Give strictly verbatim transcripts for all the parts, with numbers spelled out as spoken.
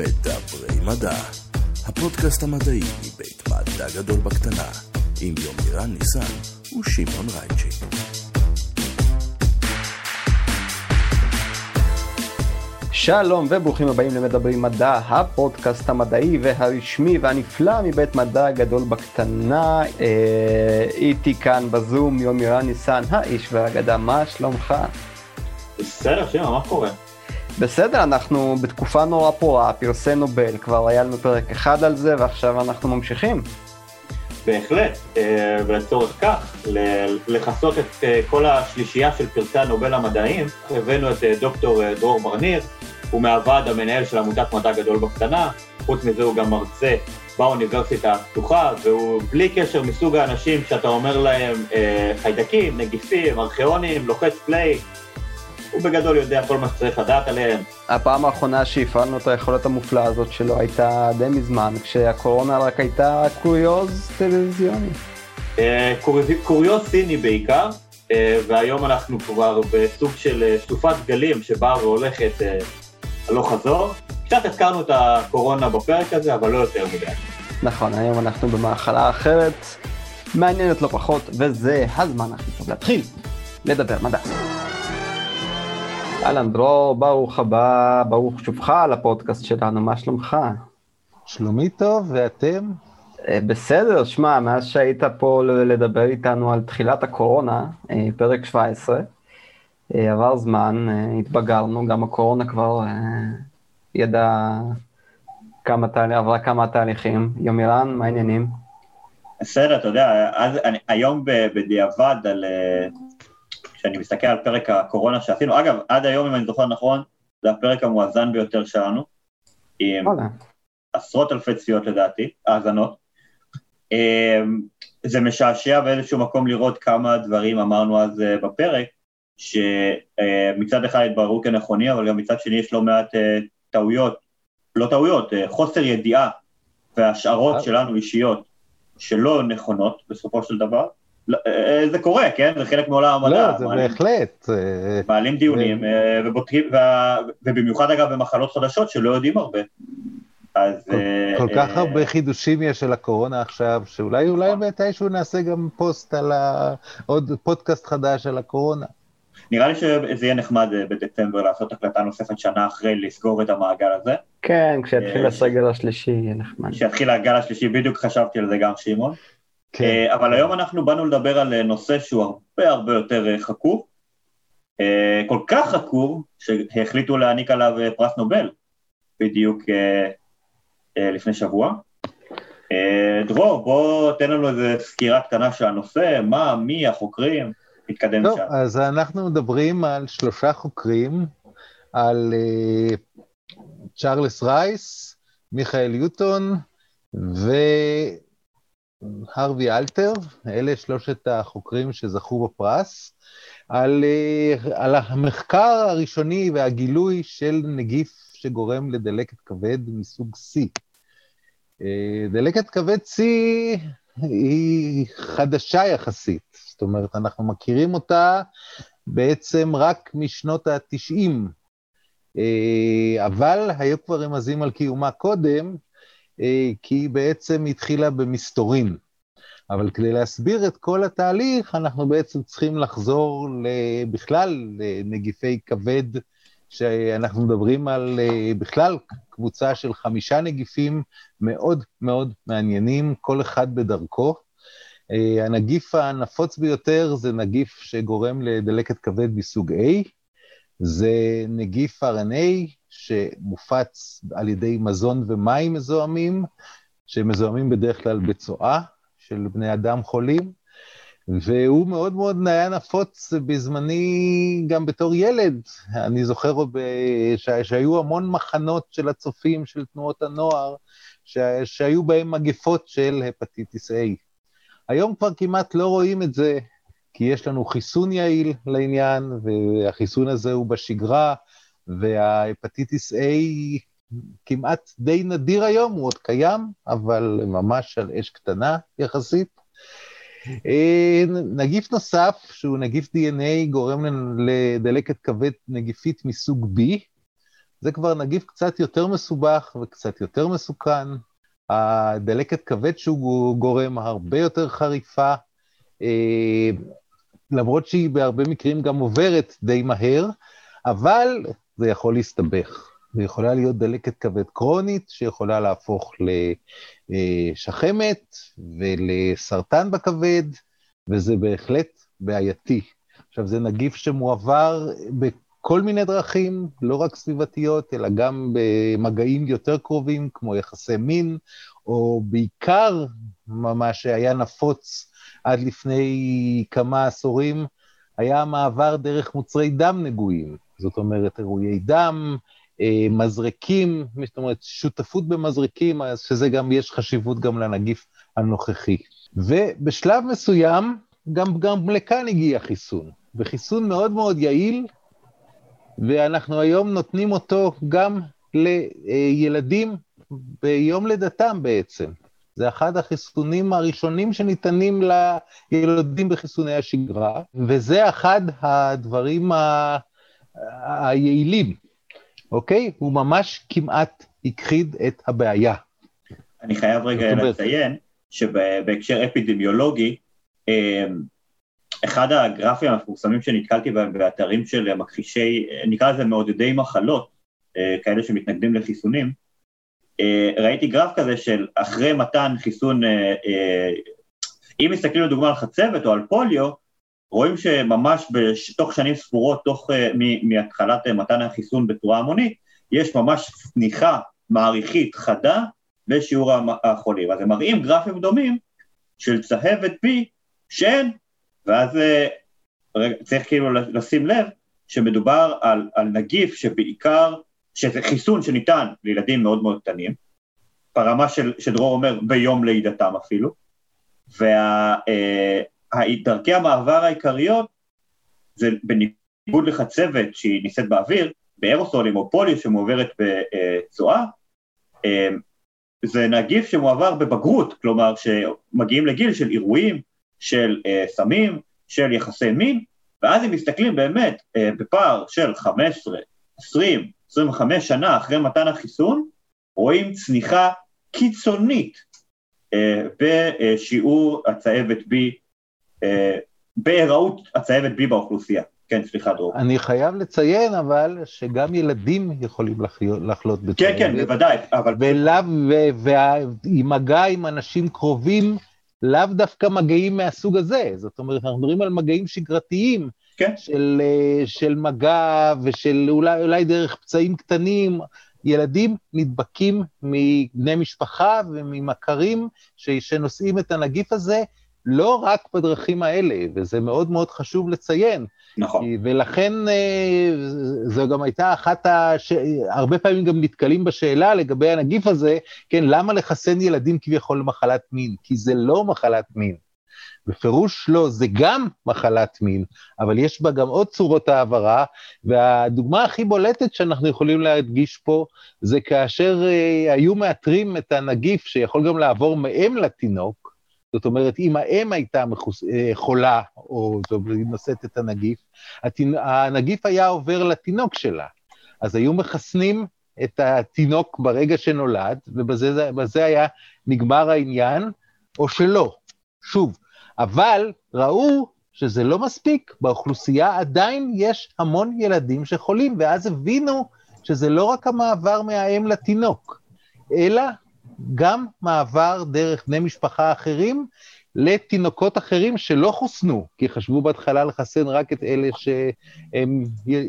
מדברי מדע, הפודקאסט המדעי מבית מדע גדול בקטנה, עם יומירן ניסן ושמעון רייצ'י. שלום וברוכים הבאים למדברי מדע, הפודקאסט המדעי והרשמי והנפלא מבית מדע גדול בקטנה. איתי כאן בזום יומירן ניסן, האיש והאגדה. מה שלומך? בסדר, שמע, מה קורה? בסדר, אנחנו בתקופה נורא פורה, פרסי נובל, כבר היה לנו פרק אחד על זה ועכשיו אנחנו ממשיכים. בהחלט, ולצורך כך, לחסות את כל השלישייה של פרסי הנובל המדעיים, הבאנו את דוקטור דרור ברניר, הוא מהוועד המנהל של עמותת מדע גדול בקטנה, חוץ מזה הוא גם מרצה באוניברסיטה הפתוחה, והוא בלי קשר מסוג האנשים שאתה אומר להם חיידקים, נגיפים, ארכיונים, לוחץ פליי, הוא בגדול יודע כל מה שצריך לדעת עליהם. הפעם האחרונה שהפעלנו את היכולת המופלאה הזאת שלו הייתה די מזמן, כשהקורונה רק הייתה קוריוז טלוויזיוני. קוריוז סיני בעיקר, והיום אנחנו כבר בסוג של סופת גלים שבאה והולכת הלוך חזור. קצת הזכרנו את הקורונה בפרק הזה, אבל לא יותר מדי. נכון, היום אנחנו במחלה אחרת, מעניינת לא פחות, וזה הזמן הכי טוב להתחיל לדבר מדע. אהלן דרור, ברוך הבא, ברוך שובך על הפודקאסט שלנו, מה שלומך? שלומי טוב, ואתם? בסדר, שמע, מאז שהיית פה לדבר איתנו על תחילת הקורונה, פרק שבע עשרה, עבר זמן, התבגרנו, גם הקורונה כבר ידע כמה תהליכים, עברה כמה תהליכים. יומירן, מה העניינים? בסדר, אתה יודע, אז, אני, היום בדיעבד על... כשאני מסתכל על פרק הקורונה שעשינו, אגב, עד היום, אם אני זוכר נכון, זה הפרק המואזן ביותר שלנו, עם עשרות אלפי צפיות לדעתי, האזנות. זה משעשע באיזשהו מקום לראות כמה דברים אמרנו אז בפרק, שמצד אחד התבררו כנכונים, אבל גם מצד שני יש לא מעט טעויות, לא טעויות, חוסר ידיעה, והשערות שלנו אישיות, שלא נכונות בסופו של דבר, זה קורה, כן? זה חלק מעולם המדע. לא, זה בהחלט. מעלים דיונים, ובמיוחד אגב במחלות חדשות שלא יודעים הרבה. כל כך הרבה חידושים יש של הקורונה עכשיו, שאולי אולי מתישהו נעשה גם פוסט על עוד פודקאסט חדש על הקורונה. נראה לי שזה יהיה נחמד בדצמבר לעשות הקלטה נוספת שנה אחרי לסגור את המעגל הזה. כן, כשיתחיל הסגל השלישי יהיה נחמד. כשיתחיל הגל השלישי, בדיוק חשבתי על זה גם שמעון. כן. אבל היום אנחנו באנו לדבר על נושא שהוא הרבה הרבה יותר חקור, כל כך חקור שהחליטו להעניק עליו פרס נובל, בדיוק לפני שבוע. דרור, בוא תן לנו איזו סקירה קטנה של הנושא, מה, מי, החוקרים, נתקדם טוב, שם. אז אנחנו מדברים על שלושה חוקרים, על צ'ארלס רייס, מיכאל יוטון ו... הרווי אלתר, אלה שלושת החוקרים שזכו בפרס, על, על המחקר הראשוני והגילוי של נגיף שגורם לדלקת כבד מסוג C. דלקת כבד C היא חדשה יחסית, זאת אומרת, אנחנו מכירים אותה בעצם רק משנות ה-תשעים, אבל היו כבר רמזים על קיומה קודם, כי היא בעצם התחילה במסתורין. אבל כדי להסביר את כל התהליך, אנחנו בעצם צריכים לחזור בכלל לנגיפי כבד, שאנחנו מדברים על בכלל קבוצה של חמישה נגיפים מאוד מאוד מעניינים, כל אחד בדרכו. הנגיף הנפוץ ביותר זה נגיף שגורם לדלקת כבד מסוג A, זה נגיף אר אן איי, שמופץ על ידי מזון ומים מזוהמים, שמזוהמים בדרך כלל בצואה של בני אדם חולים, והוא מאוד מאוד היה נפוץ בזמני גם בתור ילד. אני זוכר שהיו המון מחנות של הצופים של תנועות הנוער, שהיו בהם מגפות של הפטיטיס A. היום כבר כמעט לא רואים את זה, כי יש לנו חיסון יעיל לעניין, והחיסון הזה הוא בשגרה, וההפטיטיס A כמעט די נדיר היום, הוא עוד קיים, אבל ממש על אש קטנה יחסית. נגיף נוסף, שהוא נגיף די אן איי, גורם לדלקת כבד נגיפית מסוג B, זה כבר נגיף קצת יותר מסובך וקצת יותר מסוכן, הדלקת כבד שהוא גורם הרבה יותר חריפה, למרות שהיא בהרבה מקרים גם עוברת די מהר, אבל זה יכול להסתבך. זה יכולה להיות דלקת כבד קרונית, שיכולה להפוך לשחמת ולסרטן בכבד, וזה בהחלט בעייתי. עכשיו, זה נגיף שמועבר בכל מיני דרכים, לא רק סביבתיות, אלא גם במגעים יותר קרובים, כמו יחסי מין, או בעיקר, מה שהיה נפוץ עד לפני כמה עשורים, היה מעבר דרך מוצרי דם נגועים. זאת אומרת, אירועי דם, מזרקים, זאת אומרת, שותפות במזרקים, שזה גם, יש חשיבות גם לנגיף הנוכחי. ובשלב מסוים, גם, גם לכאן הגיע חיסון, וחיסון מאוד מאוד יעיל, ואנחנו היום נותנים אותו גם לילדים ביום לידתם בעצם. זה אחד החיסונים הראשונים שניתנים לילדים בחיסוני השגרה, וזה אחד הדברים ה... היעילים, אוקיי? הוא ממש כמעט הכחיד את הבעיה. אני חייב רגע לציין שבהקשר אפידמיולוגי, אחד הגרפים המפורסמים שנתקלתי בהם באתרים של מכחישי, נקרא לזה מעודדי מחלות, כאלה שמתנגדים לחיסונים, ראיתי גרף כזה של אחרי מתן חיסון, אם מסתכלים לדוגמה על חצבת או על פוליו, רואים שממש בתוך שנים ספורות, תוך, מהתחלת מתן החיסון בצורה המונית, יש ממש צניחה מעריכית חדה בשיעור החולים. אז הם מראים גרפים דומים של צהבת B שאין, ואז צריך כאילו לשים לב שמדובר על, על נגיף שבעיקר, שזה חיסון שניתן לילדים מאוד מאוד קטנים, ברמה של, שדרור אומר ביום לידתם אפילו, והדרכי המעבר העיקריות, זה בניגוד לחצבת שהיא ניסית באוויר, באירוסולים או פוליו שמועברת בצואה, זה נגיף שמועבר בבגרות, כלומר שמגיעים לגיל של אירועים, של סמים, של יחסי מין, ואז הם מסתכלים באמת בפער של חמש עשרה, עשרים, עשרים וחמש שנה אחרי מתן החיסון, רואים צניחה קיצונית אה, בשיעור הצהבת B, אה, בהיראות הצהבת B באוכלוסייה. כן, סליחה דרור. אני חייב לציין אבל שגם ילדים יכולים לחלות בצהבת. כן, כן, בוודאי. אבל... ועם מגע עם אנשים קרובים, לאו דווקא מגעים מהסוג הזה. זאת אומרת, אנחנו מדברים על מגעים שגרתיים, כן. של, של מגע ושל אולי, אולי דרך פצעים קטנים, ילדים נדבקים מבני משפחה וממכרים שנושאים את הנגיף הזה, לא רק בדרכים האלה, וזה מאוד מאוד חשוב לציין. נכון. ולכן זו גם הייתה אחת, הש... הרבה פעמים גם נתקלים בשאלה לגבי הנגיף הזה, כן, למה לחסן ילדים כביכול למחלת מין? כי זה לא מחלת מין. בפירוש לא, זה גם מחלת מין, אבל יש בה גם עוד צורות העברה, והדוגמה הכי בולטת שאנחנו יכולים להדגיש פה, זה כאשר אה, היו מאתרים את הנגיף שיכול גם לעבור מאם לתינוק, זאת אומרת, אם האם הייתה מחוס... אה, חולה, או נושאת את הנגיף, התינ... הנגיף היה עובר לתינוק שלה, אז היו מחסנים את התינוק ברגע שנולד, ובזה בזה היה נגמר העניין, או שלא, שוב, אבל ראו שזה לא מספיק, באוכלוסייה עדיין יש המון ילדים שחולים, ואז הבינו שזה לא רק המעבר מהאם לתינוק, אלא גם מעבר דרך בני משפחה אחרים, לתינוקות אחרים שלא חוסנו, כי חשבו בהתחלה לחסן רק את אלה שהם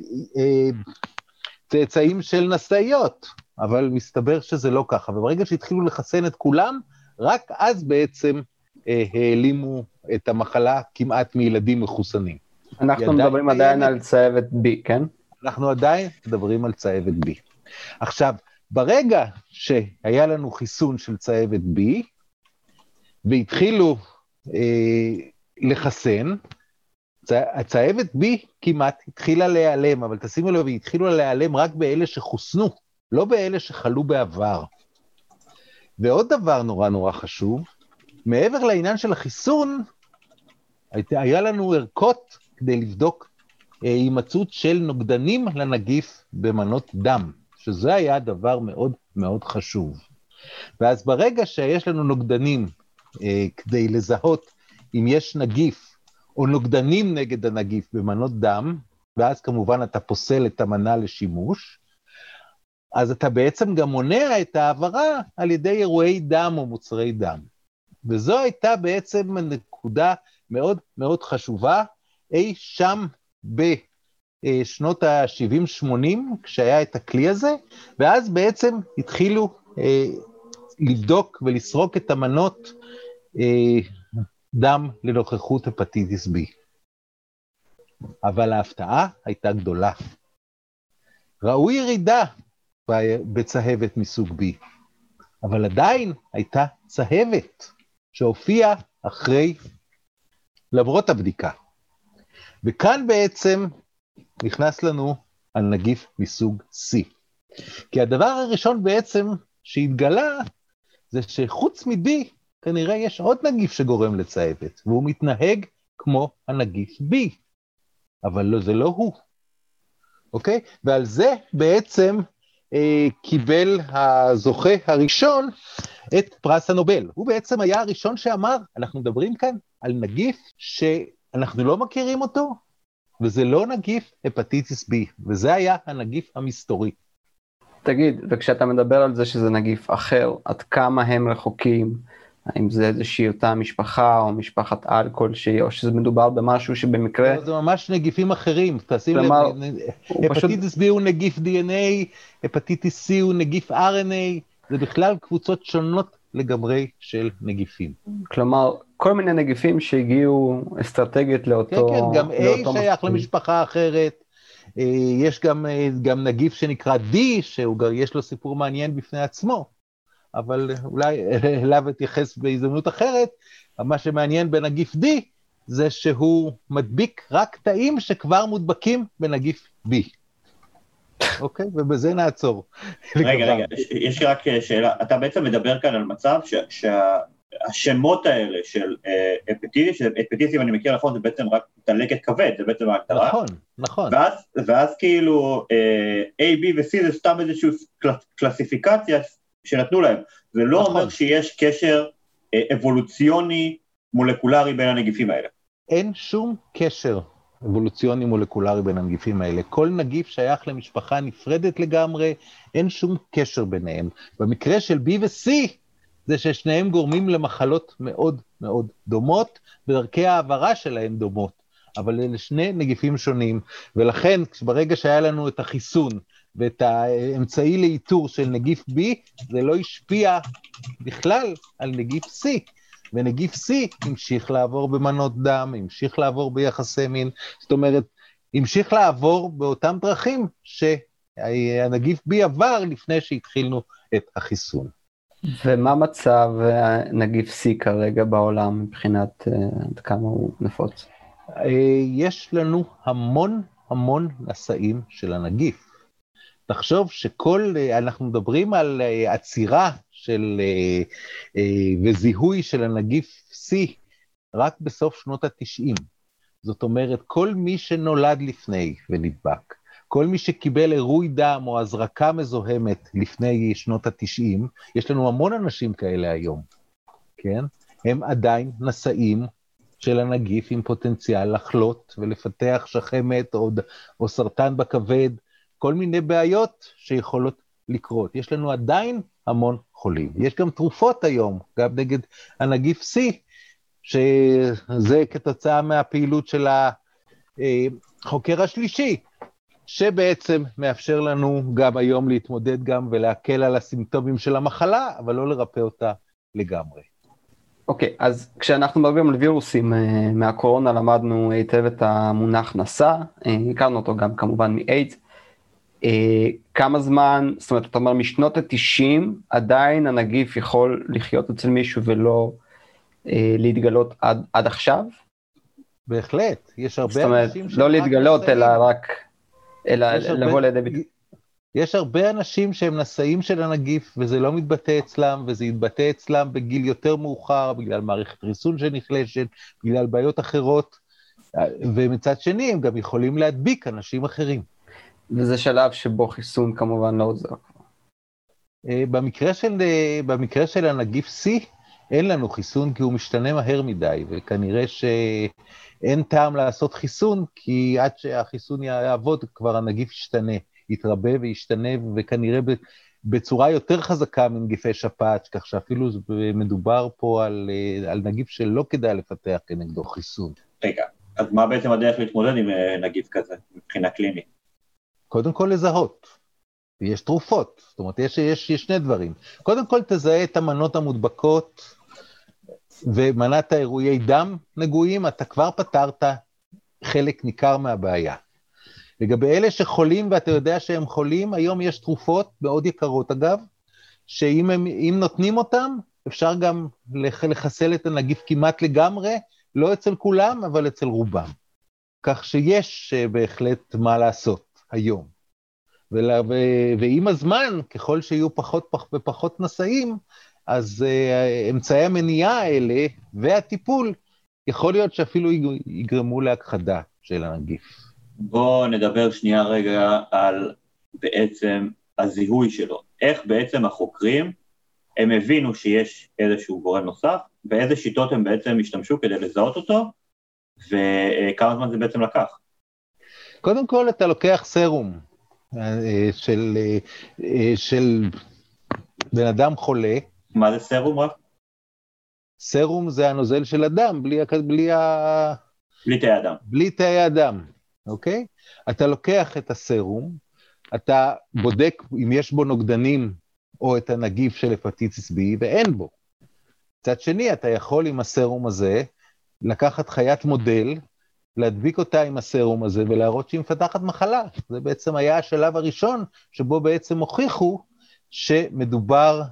צאצאים של נשאיות, אבל מסתבר שזה לא ככה, וברגע שהתחילו לחסן את כולם, רק אז בעצם העלימו את המחלה כמעט מילדים מחוסנים. אנחנו מדברים עדיין על צהבת B, כן? אנחנו עדיין מדברים על צהבת B. עכשיו, ברגע שהיה לנו חיסון של צהבת B, והתחילו אה, לחסן, הצהבת B כמעט התחילה להיעלם, אבל תשימו לב, היא התחילו להיעלם רק באלה שחוסנו, לא באלה שחלו בעבר. ועוד דבר נורא נורא חשוב, מעבר לעניין של החיסון, היה לנו ערכות כדי לבדוק הימצאות של נוגדנים לנגיף במנות דם, שזה היה דבר מאוד מאוד חשוב. ואז ברגע שיש לנו נוגדנים אה, כדי לזהות אם יש נגיף או נוגדנים נגד הנגיף במנות דם, ואז כמובן אתה פוסל את המנה לשימוש, אז אתה בעצם גם מונע את העברה על ידי אירועי דם או מוצרי דם. וזו הייתה בעצם נקודה מאוד מאוד חשובה, אי שם בשנות ה-שבעים שמונים, כשהיה את הכלי הזה, ואז בעצם התחילו אה, לבדוק ולסרוק את המנות אה, דם לנוכחות הפטיטיס B. אבל ההפתעה הייתה גדולה. ראו ירידה בצהבת מסוג B, אבל עדיין הייתה צהבת שהופיעה אחרי, למרות הבדיקה. וכאן בעצם נכנס לנו הנגיף מסוג C. כי הדבר הראשון בעצם שהתגלה, זה שחוץ מ-B, כנראה יש עוד נגיף שגורם לצהבת, והוא מתנהג כמו הנגיף B. אבל לא, זה לא הוא. אוקיי? ועל זה בעצם אה, קיבל הזוכה הראשון את פרס הנובל. הוא בעצם היה הראשון שאמר, אנחנו מדברים כאן על נגיף שאנחנו לא מכירים אותו, וזה לא נגיף הפטיטיס B, וזה היה הנגיף המסתורי. תגיד, וכשאתה מדבר על זה שזה נגיף אחר, עד כמה הם רחוקים, האם זה איזושהי אותה משפחה או משפחת על כלשהי, או שזה מדובר במשהו שבמקרה... לא, זה ממש נגיפים אחרים, תשים לב, הפטיטיס B הוא נגיף די אן איי, הפטיטיס C הוא נגיף אר אן איי, זה בכלל קבוצות שונות לגמרי של נגיפים. כלומר, כל מיני נגיפים שהגיעו אסטרטגית לאותו... כן, כן, גם A שייך למשפחה אחרת, יש גם, גם נגיף שנקרא D, שיש לו סיפור מעניין בפני עצמו, אבל אולי אליו אתייחס בהזדמנות אחרת. מה שמעניין בנגיף D, זה שהוא מדביק רק תאים שכבר מודבקים בנגיף B. אוקיי? ובזה נעצור. רגע, רגע, יש לי רק שאלה. אתה בעצם מדבר כאן על מצב שהשמות האלה של הפטיטיס, הפטיטיס, אם אני מכיר נכון, זה בעצם רק דלקת כבד, זה בעצם ההגדרה. נכון, נכון. ואז כאילו A, B ו-C זה סתם איזושהי קלסיפיקציה שנתנו להם. זה לא נכון. אומר שיש קשר אבולוציוני מולקולרי בין הנגיפים האלה. אין שום קשר אבולוציוני מולקולרי בין הנגיפים האלה. כל נגיף שייך למשפחה נפרדת לגמרי, אין שום קשר ביניהם. במקרה של B ו-C, זה ששניהם גורמים למחלות מאוד מאוד דומות, ודרכי העברה שלהם דומות, אבל אלה שני נגיפים שונים, ולכן ברגע שהיה לנו את החיסון, ואת האמצעי לאיתור של נגיף B, זה לא השפיע בכלל על נגיף C, ונגיף C המשיך לעבור במנות דם, המשיך לעבור ביחסי מין, זאת אומרת, המשיך לעבור באותם דרכים שהנגיף B עבר לפני שהתחילנו את החיסון. ומה מצב נגיף C כרגע בעולם מבחינת עד כמה הוא נפוץ? יש לנו המון המון נשאים של הנגיף. תחשוב שכל, אנחנו מדברים על עצירה של, וזיהוי של הנגיף C רק בסוף שנות ה-תשעים. זאת אומרת, כל מי שנולד לפני ונדבק, כל מי שקיבל אירוי דם או הזרקה מזוהמת לפני שנות ה-תשעים, יש לנו המון אנשים כאלה היום, כן? הם עדיין נשאים של הנגיף עם פוטנציאל לחלות ולפתח שחמת או, או סרטן בכבד, כל מיני בעיות שיכולות לקרות. יש לנו עדיין המון חולים. יש גם תרופות היום, גם נגד הנגיף C, שזה כתוצאה מהפעילות של החוקר השלישי, שבעצם מאפשר לנו גם היום להתמודד גם ולהקל על הסימפטומים של המחלה, אבל לא לרפא אותה לגמרי. אוקיי, okay, אז כשאנחנו מדברים על וירוסים מהקורונה, למדנו היטב את המונח נשא, הכרנו אותו גם כמובן מאיידס, כמה זמן, זאת אומרת, אתה אומר, משנות ה-תשעים, עדיין הנגיף יכול לחיות אצל מישהו ולא להתגלות עד, עד עכשיו? בהחלט, יש הרבה זאת אומרת, אנשים... לא להתגלות, אלא רק, אלא לבוא הרבה... לידי ביטוי. יש הרבה אנשים שהם נשאים של הנגיף, וזה לא מתבטא אצלם, וזה יתבטא אצלם בגיל יותר מאוחר, בגלל מערכת ריסון שנחלשת, בגלל בעיות אחרות, ומצד שני הם גם יכולים להדביק אנשים אחרים. וזה שלב שבו חיסון כמובן לא עוזר. במקרה של, במקרה של הנגיף C, אין לנו חיסון כי הוא משתנה מהר מדי, וכנראה שאין טעם לעשות חיסון, כי עד שהחיסון יעבוד כבר הנגיף ישתנה, יתרבה וישתנה, וכנראה בצורה יותר חזקה מנגיפי שפעת, כך שאפילו מדובר פה על, על נגיף שלא כדאי לפתח כנגדו חיסון. רגע, אז מה בעצם הדרך להתמודד עם נגיף כזה, מבחינה קלינית? קודם כל לזהות, ויש תרופות, זאת אומרת, יש, יש, יש שני דברים. קודם כל תזהה את המנות המודבקות, ומנת האירועי דם נגועים, אתה כבר פתרת חלק ניכר מהבעיה. לגבי אלה שחולים, ואתה יודע שהם חולים, היום יש תרופות מאוד יקרות אגב, שאם הם, אם נותנים אותם, אפשר גם לחסל את הנגיף כמעט לגמרי, לא אצל כולם, אבל אצל רובם. כך שיש בהחלט מה לעשות היום. ולה, ו, ועם הזמן, ככל שיהיו פחות ופחות נשאים, אז uh, אמצעי המניעה האלה והטיפול, יכול להיות שאפילו יגרמו להכחדה של הנגיף. בואו נדבר שנייה רגע על בעצם הזיהוי שלו. איך בעצם החוקרים, הם הבינו שיש איזשהו גורם נוסף, ואיזה שיטות הם בעצם השתמשו כדי לזהות אותו, וכמה זמן זה בעצם לקח? קודם כל אתה לוקח סרום של, של בן אדם חולה. מה זה סרום רק? סרום זה הנוזל של הדם, בלי, בלי, ה... בלי תאי הדם. בלי תאי הדם, אוקיי? אתה לוקח את הסרום, אתה בודק אם יש בו נוגדנים או את הנגיף של הפטיטיס B, ואין בו. מצד שני, אתה יכול עם הסרום הזה לקחת חיית מודל, להדביק אותה עם הסרום הזה ולהראות שהיא מפתחת מחלה. זה בעצם היה השלב הראשון שבו בעצם הוכיחו שמדובר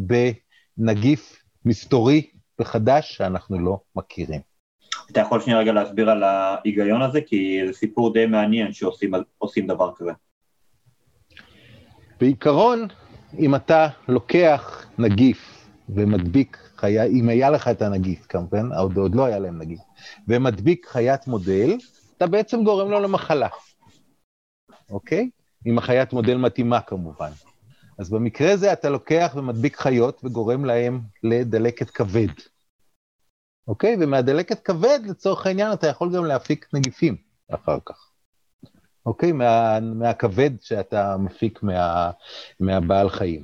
בנגיף מסתורי וחדש שאנחנו לא מכירים. אתה יכול שנייה רגע להסביר על ההיגיון הזה, כי זה סיפור די מעניין שעושים עושים דבר כזה. בעיקרון, אם אתה לוקח נגיף ומדביק חיה, אם היה לך את הנגיף, כמובן, עוד, עוד לא היה להם נגיף, ומדביק חיית מודל, אתה בעצם גורם לו למחלה. אוקיי? אם החיית מודל מתאימה כמובן. אז במקרה זה אתה לוקח ומדביק חיות וגורם להם לדלקת כבד. אוקיי? ומהדלקת כבד, לצורך העניין, אתה יכול גם להפיק נגיפים אחר כך. אוקיי? מה, מהכבד שאתה מפיק מה, מהבעל חיים.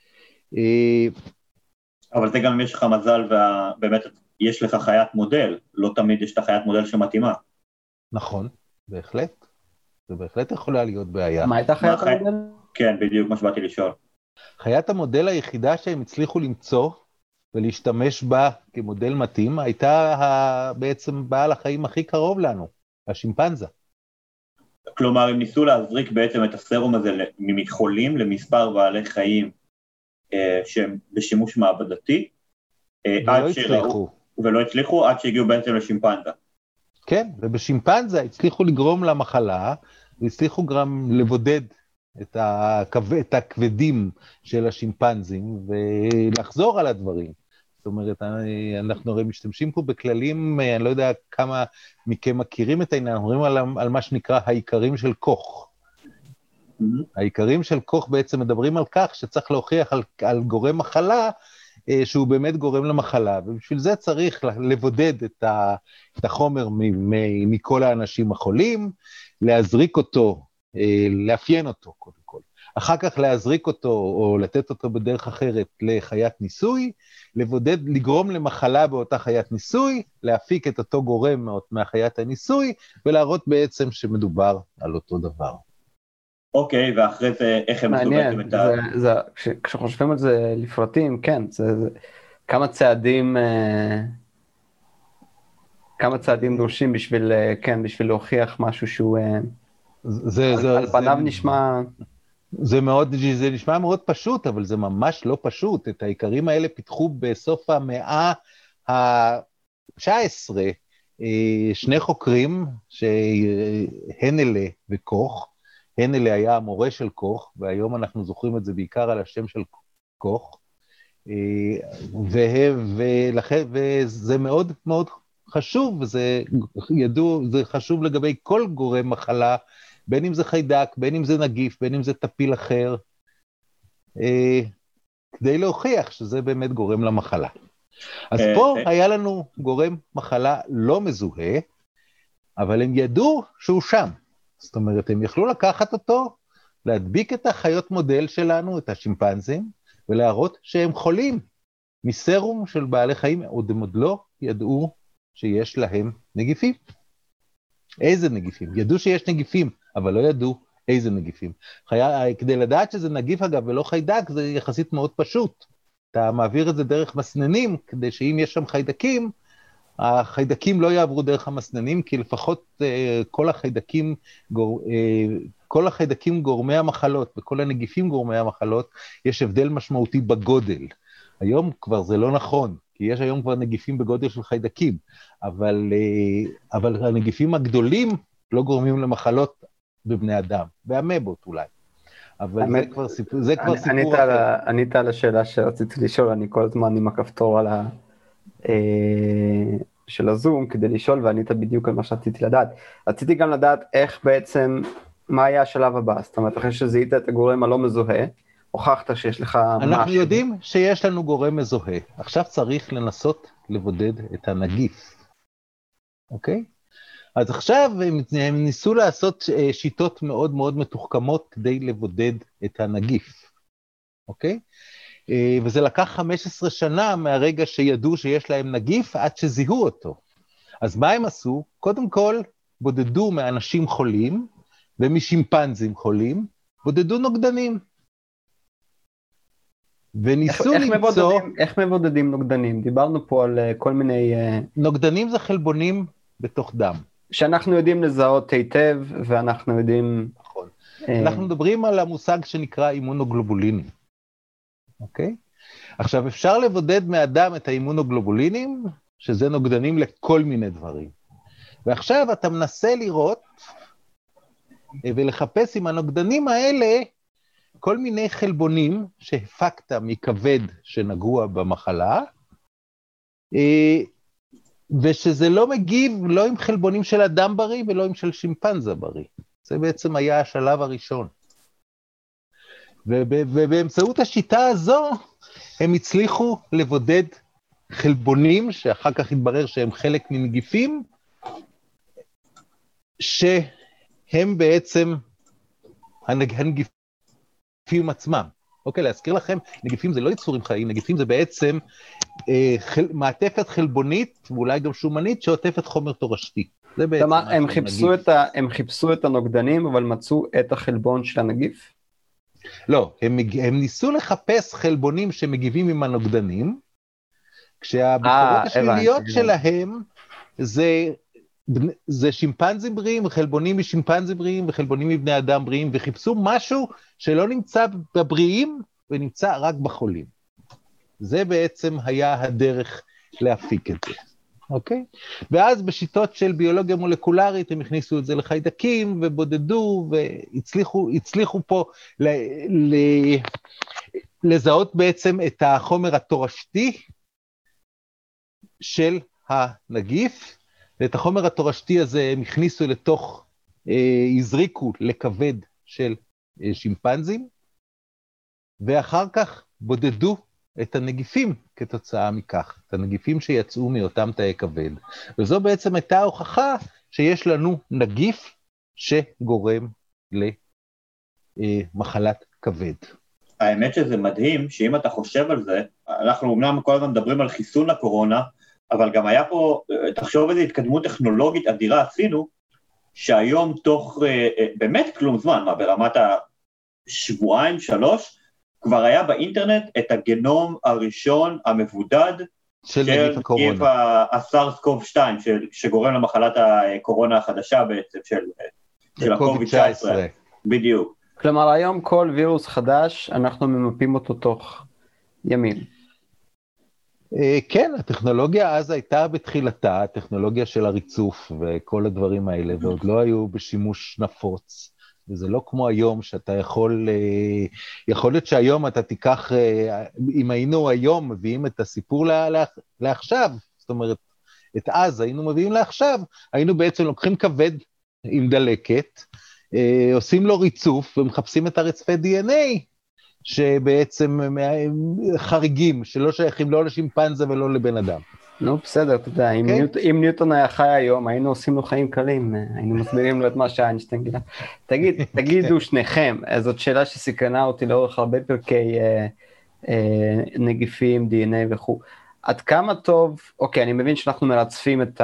אבל זה גם אם יש לך מזל, ובאמת יש לך חיית מודל, לא תמיד יש לך חיית מודל שמתאימה. נכון, בהחלט. זה בהחלט יכולה להיות בעיה. מה הייתה חיית חי... המודל? כן, בדיוק מה שבאתי לשאול. חיית המודל היחידה שהם הצליחו למצוא, ולהשתמש בה כמודל מתאים, הייתה בעצם בעל החיים הכי קרוב לנו, השימפנזה. כלומר, הם ניסו להזריק בעצם את הסרום הזה מחולים למספר בעלי חיים אה, שהם בשימוש מעבדתי, אה, ולא הצליחו. שראו, ולא הצליחו עד שהגיעו בעצם לשימפנזה. כן, ובשימפנזה הצליחו לגרום למחלה, והצליחו גם לבודד את, הכב... את הכבדים של השימפנזים, ולחזור על הדברים. זאת אומרת, אנחנו הרי משתמשים פה בכללים, אני לא יודע כמה מכם מכירים את העניין, אנחנו מדברים על, על מה שנקרא העיקרים של קוך. Mm-hmm. העיקרים של קוך בעצם מדברים על כך שצריך להוכיח על, על גורם מחלה, שהוא באמת גורם למחלה, ובשביל זה צריך לבודד את, ה, את החומר מ, מ, מכל האנשים החולים, להזריק אותו, לאפיין אותו קודם כל, אחר כך להזריק אותו או לתת אותו בדרך אחרת לחיית ניסוי, לבודד, לגרום למחלה באותה חיית ניסוי, להפיק את אותו גורם מהחיית הניסוי, ולהראות בעצם שמדובר על אותו דבר. אוקיי, ואחרי זה איך הם עשו בעצם את ה... זה, זה, כש, כשחושבים על זה לפרטים, כן, זה, זה, כמה צעדים, כמה צעדים דורשים בשביל, כן, בשביל להוכיח משהו שהוא... זה, על, זה, על פניו זה, נשמע... זה, מאוד, זה נשמע מאוד פשוט, אבל זה ממש לא פשוט. את העיקרים האלה פיתחו בסוף המאה ה-תשע עשרה, שני חוקרים, הנלה וקוך. הנלה היה המורה של קוך, והיום אנחנו זוכרים את זה בעיקר על השם של קוך. ולכן, וזה מאוד מאוד חשוב, וזה ידוע, זה חשוב לגבי כל גורם מחלה, בין אם זה חיידק, בין אם זה נגיף, בין אם זה טפיל אחר, אה, כדי להוכיח שזה באמת גורם למחלה. אז פה היה לנו גורם מחלה לא מזוהה, אבל הם ידעו שהוא שם. זאת אומרת, הם יכלו לקחת אותו, להדביק את החיות מודל שלנו, את השימפנזים, ולהראות שהם חולים מסרום של בעלי חיים, עוד הם עוד לא ידעו שיש להם נגיפים. איזה נגיפים? ידעו שיש נגיפים, אבל לא ידעו איזה נגיפים. חי... כדי לדעת שזה נגיף אגב ולא חיידק, זה יחסית מאוד פשוט. אתה מעביר את זה דרך מסננים, כדי שאם יש שם חיידקים, החיידקים לא יעברו דרך המסננים, כי לפחות uh, כל החיידקים, גור, uh, כל החיידקים גורמי המחלות, וכל הנגיפים גורמי המחלות, יש הבדל משמעותי בגודל. היום כבר זה לא נכון, כי יש היום כבר נגיפים בגודל של חיידקים, אבל, uh, אבל הנגיפים הגדולים לא גורמים למחלות בבני אדם, באמבות אולי. אבל האמת, זה כבר סיפור, זה כבר אני, סיפור אחר. ענית על השאלה שרציתי לשאול, אני כל הזמן עם הכפתור על ה... של הזום כדי לשאול, וענית בדיוק על מה שרציתי לדעת. רציתי גם לדעת איך בעצם, מה היה השלב הבא, זאת אומרת, אחרי שזיהית את הגורם הלא מזוהה, הוכחת שיש לך משהו. אנחנו יודעים שיש לנו גורם מזוהה, עכשיו צריך לנסות לבודד את הנגיף, אוקיי? אז עכשיו הם ניסו לעשות שיטות מאוד מאוד מתוחכמות כדי לבודד את הנגיף, אוקיי? וזה לקח חמש עשרה שנה מהרגע שידעו שיש להם נגיף עד שזיהו אותו. אז מה הם עשו? קודם כל בודדו מאנשים חולים ומשמפנזים חולים, בודדו נוגדנים. וניסו איך, למצוא... איך מבודדים, איך מבודדים נוגדנים? דיברנו פה על כל מיני... נוגדנים זה חלבונים בתוך דם. שאנחנו יודעים לזהות היטב, ואנחנו יודעים... נכון. אנחנו מדברים על המושג שנקרא אימונוגלובולינים. אוקיי? עכשיו אפשר לבודד מאדם את האימונוגלובולינים, שזה נוגדנים לכל מיני דברים. ועכשיו אתה מנסה לראות ולחפש עם הנוגדנים האלה כל מיני חלבונים שהפקת מכבד שנגוע במחלה, ושזה לא מגיב לא עם חלבונים של אדם בריא ולא עם של שימפנזה בריא. זה בעצם היה השלב הראשון. ובאמצעות השיטה הזו הם הצליחו לבודד חלבונים שאחר כך התברר שהם חלק מנגיפים, שהם בעצם הנגיפים עצמם. אוקיי, להזכיר לכם, נגיפים זה לא יצורים חיים, נגיפים זה בעצם אה, חל... מעטפת חלבונית, ואולי גם שומנית, שעוטפת חומר תורשתי. זה בעצם מה, הם חיפשו, את ה... הם חיפשו את הנוגדנים, אבל מצאו את החלבון של הנגיף? לא, הם, הם ניסו לחפש חלבונים שמגיבים עם הנוגדנים, כשהביקורות השליליות שלהם זה, זה שימפנזים בריאים, חלבונים משימפנזים בריאים וחלבונים מבני אדם בריאים, וחיפשו משהו שלא נמצא בבריאים ונמצא רק בחולים. זה בעצם היה הדרך להפיק את זה. אוקיי? ואז בשיטות של ביולוגיה מולקולרית הם הכניסו את זה לחיידקים ובודדו והצליחו הצליחו פה ל, ל, לזהות בעצם את החומר התורשתי של הנגיף, ואת החומר התורשתי הזה הם הכניסו לתוך, אה, הזריקו לכבד של אה, שימפנזים, ואחר כך בודדו את הנגיפים כתוצאה מכך, את הנגיפים שיצאו מאותם תאי כבד. וזו בעצם הייתה ההוכחה שיש לנו נגיף שגורם למחלת כבד. האמת שזה מדהים, שאם אתה חושב על זה, אנחנו אומנם כל הזמן מדברים על חיסון לקורונה, אבל גם היה פה, תחשוב איזו התקדמות טכנולוגית אדירה עשינו, שהיום תוך באמת כלום זמן, מה ברמת השבועיים, שלוש, כבר היה באינטרנט את הגנום הראשון המבודד של, של נגיף הקורונה. הסארס קוב שתיים, שגורם למחלת הקורונה החדשה בעצם, של, של הקוביד תשע עשרה. בדיוק. כלומר, היום כל וירוס חדש, אנחנו ממפים אותו תוך ימים. כן, הטכנולוגיה אז הייתה בתחילתה, הטכנולוגיה של הריצוף וכל הדברים האלה, ועוד לא היו בשימוש נפוץ. וזה לא כמו היום שאתה יכול, יכול להיות שהיום אתה תיקח, אם היינו היום מביאים את הסיפור לעכשיו, זאת אומרת, את אז היינו מביאים לעכשיו, היינו בעצם לוקחים כבד עם דלקת, אה, עושים לו ריצוף ומחפשים את הרצפי די אן איי, שבעצם חריגים, שלא שייכים לא לשימפנזה ולא לבן אדם. נו, בסדר, אתה יודע, אם, ניוט, אם ניוטון היה חי היום, היינו עושים לו חיים קלים, היינו מסבירים לו את מה שאיינשטיין גילה. תגיד, תגידו שניכם, זאת שאלה שסקרנה אותי לאורך הרבה פרקי אה, אה, נגיפים, די אן איי וכו'. עד כמה טוב, אוקיי, אני מבין שאנחנו מרצפים את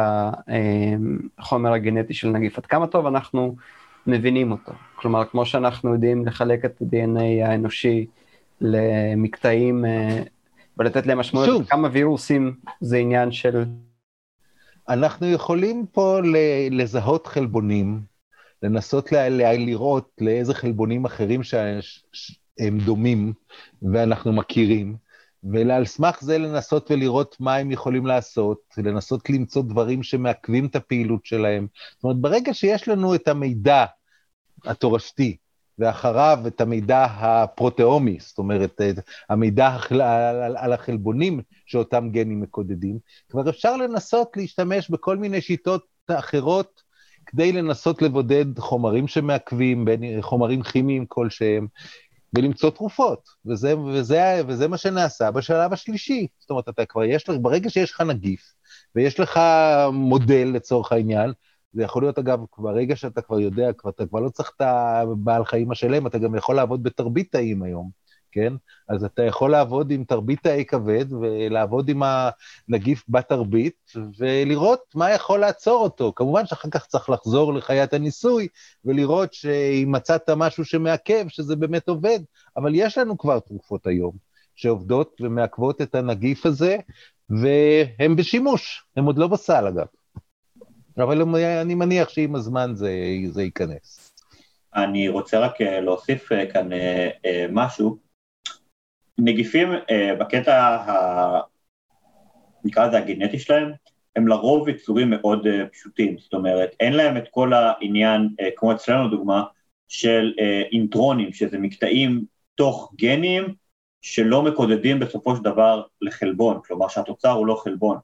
החומר הגנטי של נגיף, עד כמה טוב אנחנו מבינים אותו. כלומר, כמו שאנחנו יודעים לחלק את ה-די אן איי האנושי למקטעים, ולתת להם משמעות, כמה וירוסים זה עניין של... אנחנו יכולים פה לזהות חלבונים, לנסות לראות לאיזה חלבונים אחרים שהם דומים, ואנחנו מכירים, ועל סמך זה לנסות ולראות מה הם יכולים לעשות, לנסות למצוא דברים שמעכבים את הפעילות שלהם. זאת אומרת, ברגע שיש לנו את המידע התורשתי, ואחריו את המידע הפרוטאומי, זאת אומרת, המידע על החלבונים שאותם גנים מקודדים, כבר אפשר לנסות להשתמש בכל מיני שיטות אחרות, כדי לנסות לבודד חומרים שמעכבים, חומרים כימיים כלשהם, ולמצוא תרופות, וזה, וזה, וזה מה שנעשה בשלב השלישי. זאת אומרת, אתה כבר יש לך, ברגע שיש לך נגיף, ויש לך מודל לצורך העניין, זה יכול להיות אגב, ברגע שאתה כבר יודע, כבר, אתה כבר לא צריך את הבעל חיים השלם, אתה גם יכול לעבוד בתרבית תאים היום, כן? אז אתה יכול לעבוד עם תרבית תאי כבד, ולעבוד עם הנגיף בתרבית, ולראות מה יכול לעצור אותו. כמובן שאחר כך צריך לחזור לחיית הניסוי, ולראות שאם מצאת משהו שמעכב, שזה באמת עובד, אבל יש לנו כבר תרופות היום, שעובדות ומעכבות את הנגיף הזה, והם בשימוש, הם עוד לא בסל אגב. אבל אני מניח שעם הזמן זה, זה ייכנס. אני רוצה רק להוסיף כאן משהו. נגיפים בקטע ה... נקרא לזה הגנטי שלהם, הם לרוב יצורים מאוד פשוטים, זאת אומרת, אין להם את כל העניין, כמו אצלנו דוגמה, של אינטרונים, שזה מקטעים תוך גנים, שלא מקודדים בסופו של דבר לחלבון, כלומר שהתוצר הוא לא חלבון.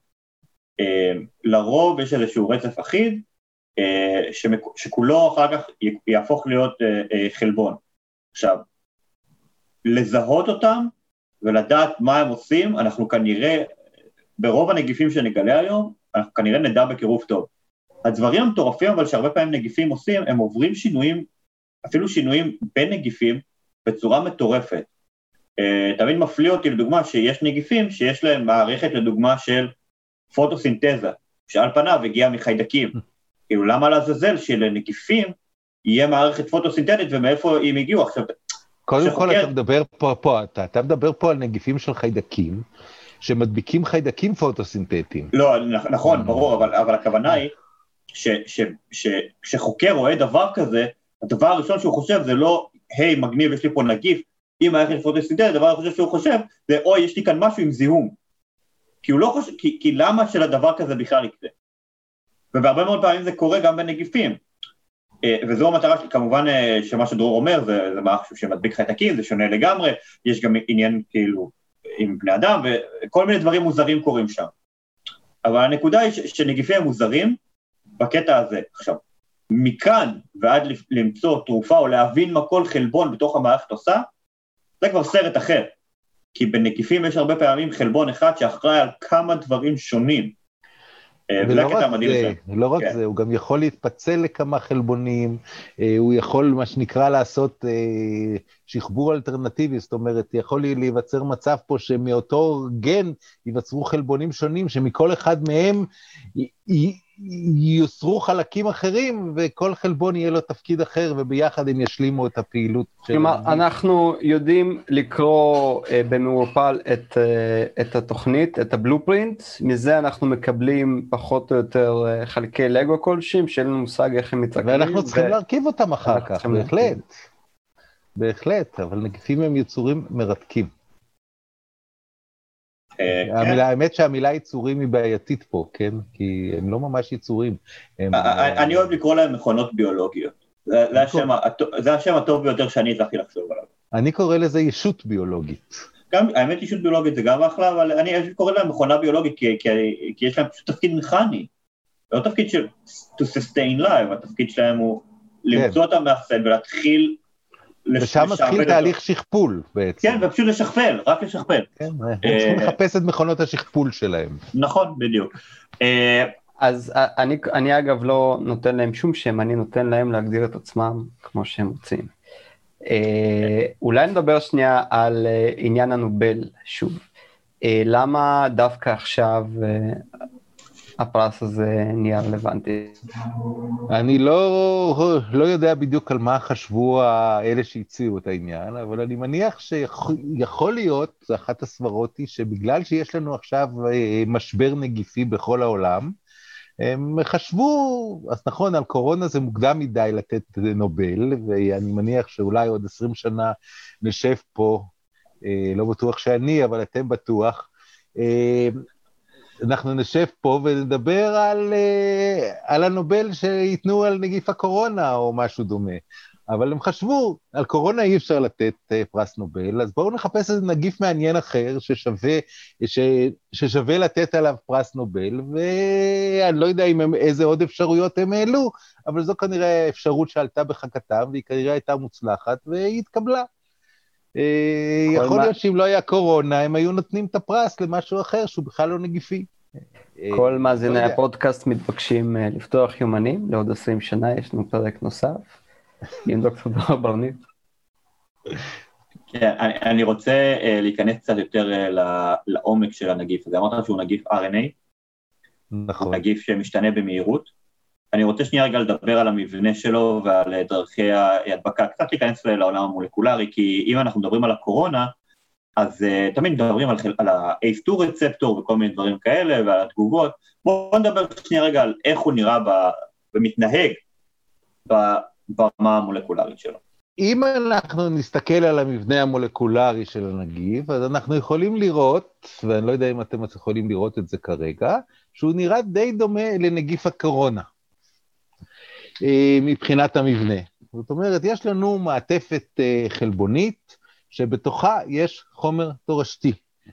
לרוב יש איזשהו רצף אחיד, שכולו אחר כך יהפוך להיות חלבון. עכשיו, לזהות אותם ולדעת מה הם עושים, אנחנו כנראה, ברוב הנגיפים שנגלה היום, אנחנו כנראה נדע בקירוב טוב. הדברים המטורפים, אבל שהרבה פעמים נגיפים עושים, הם עוברים שינויים, אפילו שינויים בין נגיפים, בצורה מטורפת. תמיד מפליא אותי לדוגמה שיש נגיפים שיש להם מערכת לדוגמה של פוטוסינתזה, שעל פניו הגיעה מחיידקים. כאילו למה לעזאזל שלנגיפים יהיה מערכת פוטוסינתטית ומאיפה הם הגיעו עכשיו? קודם כל אתה מדבר פה, פה אתה, אתה מדבר פה על נגיפים של חיידקים, שמדביקים חיידקים פוטוסינתטיים. לא, נכון, ברור, אבל, אבל הכוונה היא, שחוקר רואה דבר כזה, הדבר הראשון שהוא חושב זה לא, היי מגניב, יש לי פה נגיף, עם מערכת פוטוסינתטית, הדבר הראשון שהוא חושב, זה אוי, יש לי כאן משהו עם זיהום. כי הוא לא חושב, כי, כי למה של הדבר כזה בכלל יקרה? ובהרבה מאוד פעמים זה קורה גם בנגיפים. וזו המטרה שלי, כמובן שמה שדרור אומר, זה, זה משהו שמדביק חיידקים, זה שונה לגמרי, יש גם עניין כאילו עם בני אדם, וכל מיני דברים מוזרים קורים שם. אבל הנקודה היא שנגיפים הם מוזרים בקטע הזה. עכשיו, מכאן ועד למצוא תרופה או להבין מה כל חלבון בתוך המערכת עושה, זה כבר סרט אחר. כי בנגיפים יש הרבה פעמים חלבון אחד שאחראי על כמה דברים שונים. ולא רק זה, לא רק זה, הוא גם יכול להתפצל לכמה חלבונים, הוא יכול מה שנקרא לעשות שחבור אלטרנטיבי, זאת אומרת, יכול להיווצר מצב פה שמאותו גן ייווצרו חלבונים שונים, שמכל אחד מהם יוסרו חלקים אחרים, וכל חלבון יהיה לו תפקיד אחר, וביחד הם ישלימו את הפעילות. כלומר, אנחנו יודעים לקרוא במעורפל את, את התוכנית, את הבלופרינט, מזה אנחנו מקבלים פחות או יותר חלקי לגו כלשהם, שאין לנו מושג איך הם מתרקמים. ואנחנו צריכים ו... להרכיב אותם אחר כך, בהחלט. בהחלט, אבל נגיפים הם יצורים מרתקים. האמת שהמילה יצורים היא בעייתית פה, כן? כי הם לא ממש יצורים. אני אוהב לקרוא להם מכונות ביולוגיות. זה השם הטוב ביותר שאני הצלחתי לחשוב עליו. אני קורא לזה ישות ביולוגית. האמת ישות ביולוגית זה גם אחלה, אבל אני קורא להם מכונה ביולוגית, כי יש להם פשוט תפקיד מכני. לא תפקיד של to sustain life, התפקיד שלהם הוא למצוא את המאפן ולהתחיל... ושם מתחיל תהליך שכפול בעצם. כן, ופשוט לשכפל, רק לשכפל. כן, הם צריכים לחפש את מכונות השכפול שלהם. נכון, בדיוק. אז אני, אני אגב לא נותן להם שום שם, אני נותן להם להגדיר את עצמם כמו שהם רוצים. אולי נדבר שנייה על עניין הנובל שוב. למה דווקא עכשיו הפרס הזה נהיה רלוונטי? אני לא, לא יודע בדיוק על מה חשבו אלה שהציעו את העניין, אבל אני מניח שיכול להיות, זו אחת הסברות היא, שבגלל שיש לנו עכשיו משבר נגיפי בכל העולם, הם חשבו, אז נכון, על קורונה זה מוקדם מדי לתת נובל, ואני מניח שאולי עוד עשרים שנה נשב פה, לא בטוח שאני, אבל אתם בטוח, אנחנו נשב פה ונדבר על, על הנובל שיתנו על נגיף הקורונה או משהו דומה. אבל הם חשבו, על קורונה אי אפשר לתת פרס נובל, אז בואו נחפש איזה נגיף מעניין אחר ששווה, ש, ששווה לתת עליו פרס נובל, ואני לא יודע אם הם, איזה עוד אפשרויות הם העלו, אבל זו כנראה אפשרות שעלתה בחכתם, והיא כנראה הייתה מוצלחת, והיא התקבלה. יכול מה... להיות שאם לא היה קורונה, הם היו נותנים את הפרס למשהו אחר, שהוא בכלל לא נגיפי. כל מאזיני הפודקאסט מתבקשים לפתוח יומנים, לעוד עשרים שנה יש לנו פרק נוסף, עם דוקטור דרור ברניר. כן, אני, אני רוצה uh, להיכנס קצת יותר uh, לעומק של הנגיף. אז אמרת שהוא נגיף אר אן איי, נכון. הוא נגיף שמשתנה במהירות. אני רוצה שנייה רגע לדבר על המבנה שלו ועל דרכי ההדבקה, קצת להיכנס לעולם המולקולרי, כי אם אנחנו מדברים על הקורונה, אז uh, תמיד מדברים על, על ה-איי אף טו רצפטור וכל מיני דברים כאלה, ועל התגובות. בואו נדבר שנייה רגע על איך הוא נראה ב, ומתנהג ב, ברמה המולקולרית שלו. אם אנחנו נסתכל על המבנה המולקולרי של הנגיף, אז אנחנו יכולים לראות, ואני לא יודע אם אתם יכולים לראות את זה כרגע, שהוא נראה די דומה לנגיף הקורונה, מבחינת המבנה. זאת אומרת, יש לנו מעטפת חלבונית, שבתוכה יש חומר תורשתי.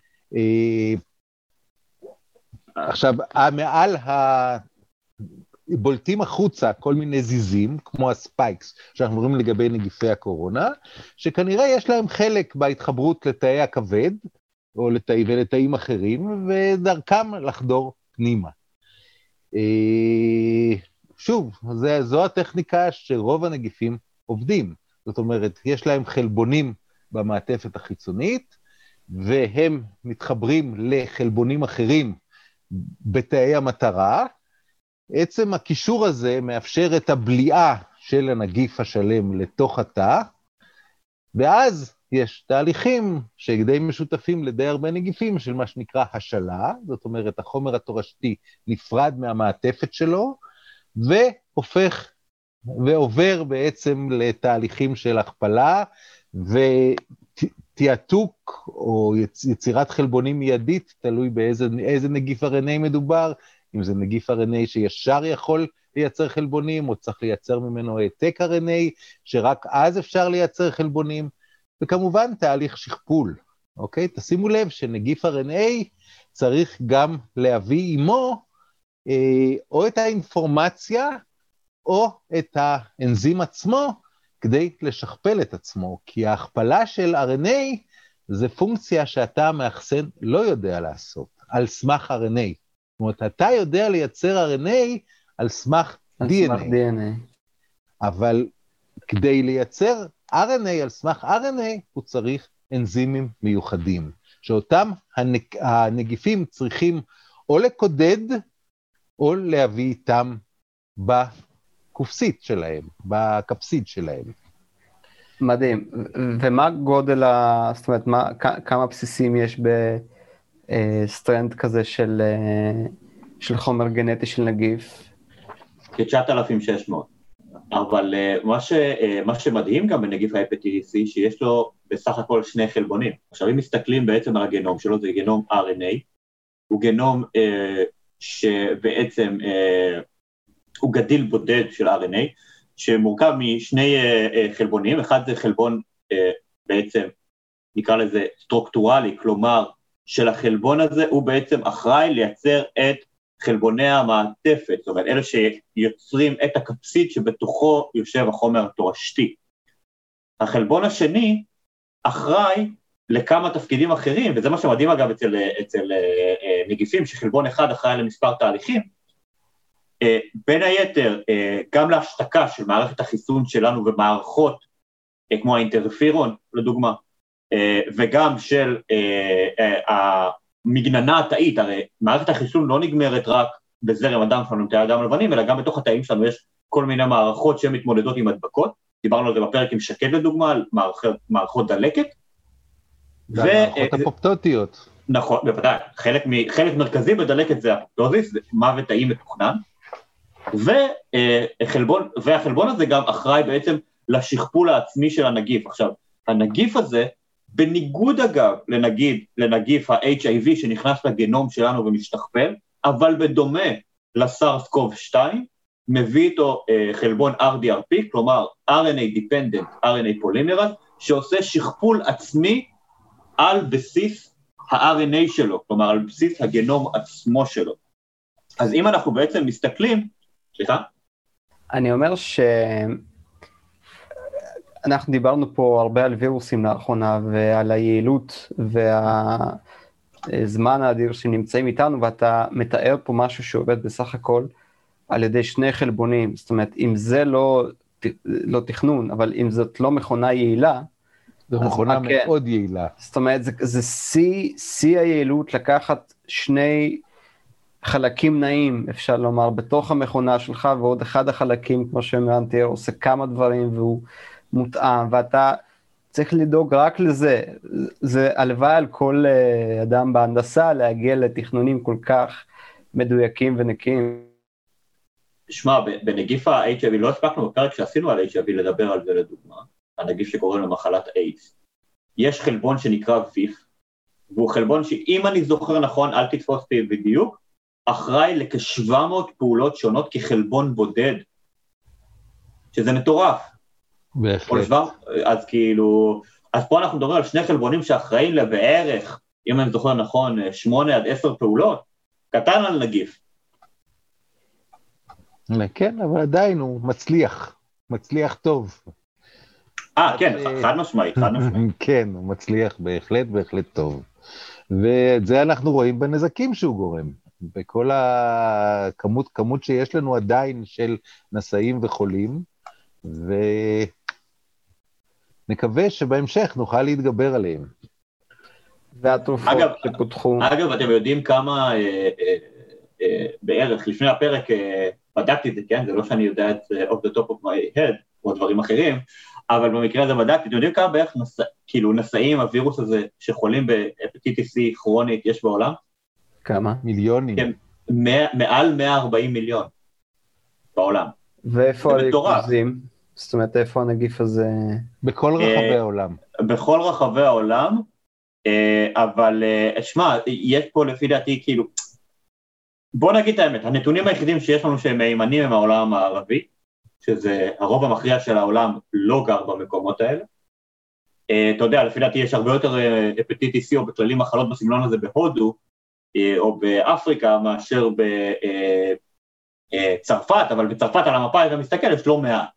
עכשיו, מעל ה... בולטים החוצה כל מיני זיזים, כמו הספייקס, שאנחנו רואים לגבי נגיפי הקורונה, שכנראה יש להם חלק בהתחברות לתאי הכבד, או לתאי ולתאים אחרים, ודרכם לחדור פנימה. שוב, זה, זו הטכניקה שרוב הנגיפים עובדים. זאת אומרת, יש להם חלבונים במעטפת החיצונית, והם מתחברים לחלבונים אחרים בתאי המטרה. עצם הקישור הזה מאפשר את הבליעה של הנגיף השלם לתוך התא, ואז יש תהליכים שדי משותפים לדי הרבה נגיפים של מה שנקרא השלה, זאת אומרת החומר התורשתי נפרד מהמעטפת שלו, והופך ועובר בעצם לתהליכים של הכפלה, ותיעתוק או יצירת חלבונים מיידית, תלוי באיזה איזה נגיף אר אן איי מדובר, אם זה נגיף אר אן איי שישר יכול לייצר חלבונים, או צריך לייצר ממנו העתק אר אן איי, שרק אז אפשר לייצר חלבונים, וכמובן תהליך שכפול, אוקיי? תשימו לב שנגיף אר אן איי צריך גם להביא עמו, אה, או את האינפורמציה, או את האנזים עצמו, כדי לשכפל את עצמו, כי ההכפלה של אר אן איי, זה פונקציה שאתה המאחסן לא יודע לעשות, על סמך אר אן איי. זאת אומרת, אתה יודע לייצר אר אן איי על סמך די אן איי. די אן איי. אבל כדי לייצר אר אן איי על סמך אר אן איי, הוא צריך אנזימים מיוחדים, שאותם הנג... הנגיפים צריכים או לקודד, או להביא איתם בקופסית שלהם, בקפסיד שלהם. מדהים. ומה גודל, ה... זאת אומרת, מה... כמה בסיסים יש ב... סטרנד כזה של, של חומר גנטי של נגיף? כ-תשעת אלפים ושש מאות. אבל מה, ש, מה שמדהים גם בנגיף ההפטיטיס C, שיש לו בסך הכל שני חלבונים. עכשיו, אם מסתכלים בעצם על הגנום שלו, זה גנום אר אן איי, הוא גנום אה, שבעצם אה, הוא גדיל בודד של אר אן איי, שמורכב משני אה, אה, חלבונים, אחד זה חלבון אה, בעצם, נקרא לזה סטרוקטורלי, כלומר, של החלבון הזה, הוא בעצם אחראי לייצר את חלבוני המעטפת, זאת אומרת, אלה שיוצרים את הקפסית שבתוכו יושב החומר התורשתי. החלבון השני אחראי לכמה תפקידים אחרים, וזה מה שמדהים אגב אצל, אצל אה, נגיפים, שחלבון אחד אחראי למספר תהליכים, אה, בין היתר, אה, גם להשתקה של מערכת החיסון שלנו ומערכות, אה, כמו האינטרפירון, לדוגמה, אה, וגם של אה, אה, המגננה התאית, הרי מערכת החיסון לא נגמרת רק בזרם הדם שלנו, תאי הדם הלבנים, אלא גם בתוך התאים שלנו יש כל מיני מערכות שהן מתמודדות עם הדבקות, דיברנו על זה בפרק עם שקד לדוגמה, על מערכות, מערכות דלקת, והמערכות הפופטוטיות. נכון, בוודאי, חלק, חלק מרכזי בדלקת זה הפופטוזיס, זה מוות תאי מתוכנן, והחלבון, והחלבון הזה גם אחראי בעצם לשכפול העצמי של הנגיף. עכשיו, הנגיף הזה, בניגוד אגב לנגיד, לנגיף ה-אייץ' איי וי שנכנס לגנום שלנו ומשתכפל, אבל בדומה לסארס קוב שתיים, מביא איתו אה, חלבון אר די אר פי, כלומר אר אן איי Dependent אר אן איי Polymerase, שעושה שכפול עצמי על בסיס ה-אר אן איי שלו, כלומר על בסיס הגנום עצמו שלו. אז אם אנחנו בעצם מסתכלים, סליחה? אני אומר שאנחנו דיברנו פה הרבה על וירוסים לאחרונה, ועל היעילות והזמן האדיר שנמצאים איתנו, ואתה מתאר פה משהו שעובד בסך הכל על ידי שני חלבונים, זאת אומרת, אם זה לא, לא תכנון, אבל אם זאת לא מכונה יעילה, זו מכונה מאוד כן. יעילה. זאת אומרת, זה, זה שיא, שיא היעילות לקחת שני חלקים נעים, אפשר לומר, בתוך המכונה שלך, ועוד אחד החלקים, כמו שמרן תיאר, עושה כמה דברים, והוא מותאם, ואתה צריך לדאוג רק לזה. זה הלוואי על כל אדם בהנדסה, להגיע לתכנונים כל כך מדויקים ונקיים. שמע, בנגיף ה-אייץ' איי וי, לא הספקנו בפרק שעשינו על אייץ' איי וי לדבר על זה לדוגמה, הנגיף שקוראים למחלת איידס. יש חלבון שנקרא ויף, והוא חלבון שאם אני זוכר נכון, אל תתפוס אותי בדיוק, אחראי לכ-שבע מאות פעולות שונות כחלבון בודד, שזה מטורף. בהחלט. אז כאילו, אז פה אנחנו מדברים על שני חלבונים שאחראים לבערך, אם אני זוכר נכון, שמונה עד עשר פעולות, קטן על נגיף. כן, אבל עדיין הוא מצליח, מצליח טוב. אה, כן, חד משמעית, חד משמעית. כן, הוא מצליח בהחלט, בהחלט טוב. ואת זה אנחנו רואים בנזקים שהוא גורם. בכל הכמות, כמות שיש לנו עדיין של נשאים וחולים, ונקווה שבהמשך נוכל להתגבר עליהם. והתרופות שפותחו. אגב, אתם יודעים כמה, אה, אה, אה, בערך, לפני הפרק, אה, בדקתי את זה, כן? זה לא שאני יודע את זה off the top of my head, או דברים אחרים, אבל במקרה הזה בדקתי, אתם יודעים כמה בערך נס... כאילו נשאים, הווירוס הזה שחולים בהפטיטיס סי כרונית יש בעולם? כמה? מיליונים. כן, מעל מאה וארבעים מיליון בעולם. ואיפה הריכוזים? זאת אומרת, איפה הנגיף הזה? בכל רחבי העולם. בכל רחבי העולם, אבל שמע, יש פה לפי דעתי כאילו, בוא נגיד את האמת, הנתונים היחידים שיש לנו שהם מהימנים הם העולם הערבי, שזה הרוב המכריע של העולם לא גר במקומות האלה. אתה יודע, לפי דעתי יש הרבה יותר הפטיטיס סי או בכללים מחלות בסגנון הזה בהודו, או באפריקה, מאשר בצרפת, אבל בצרפת על המפה אתה מסתכל, יש לא מעט.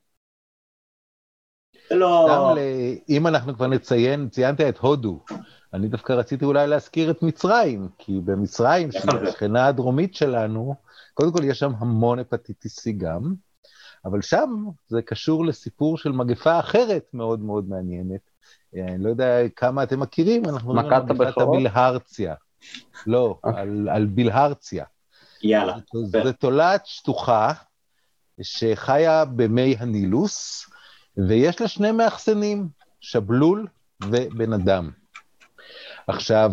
לא... אם אנחנו כבר נציין, ציינת את הודו, אני דווקא רציתי אולי להזכיר את מצרים, כי במצרים, שהיא השכנה הדרומית שלנו, קודם כל יש שם המון הפטיטיס סי גם, אבל שם זה קשור לסיפור של מגפה אחרת מאוד מאוד מעניינת. אני לא יודע כמה אתם מכירים, אנחנו מדברים על מגפת הבילהרציה. לא, על, על בילהרציה. יאללה. זה תולעת שטוחה שחיה במי הנילוס, ויש לה שני מאחסנים, שבלול ובן אדם. עכשיו,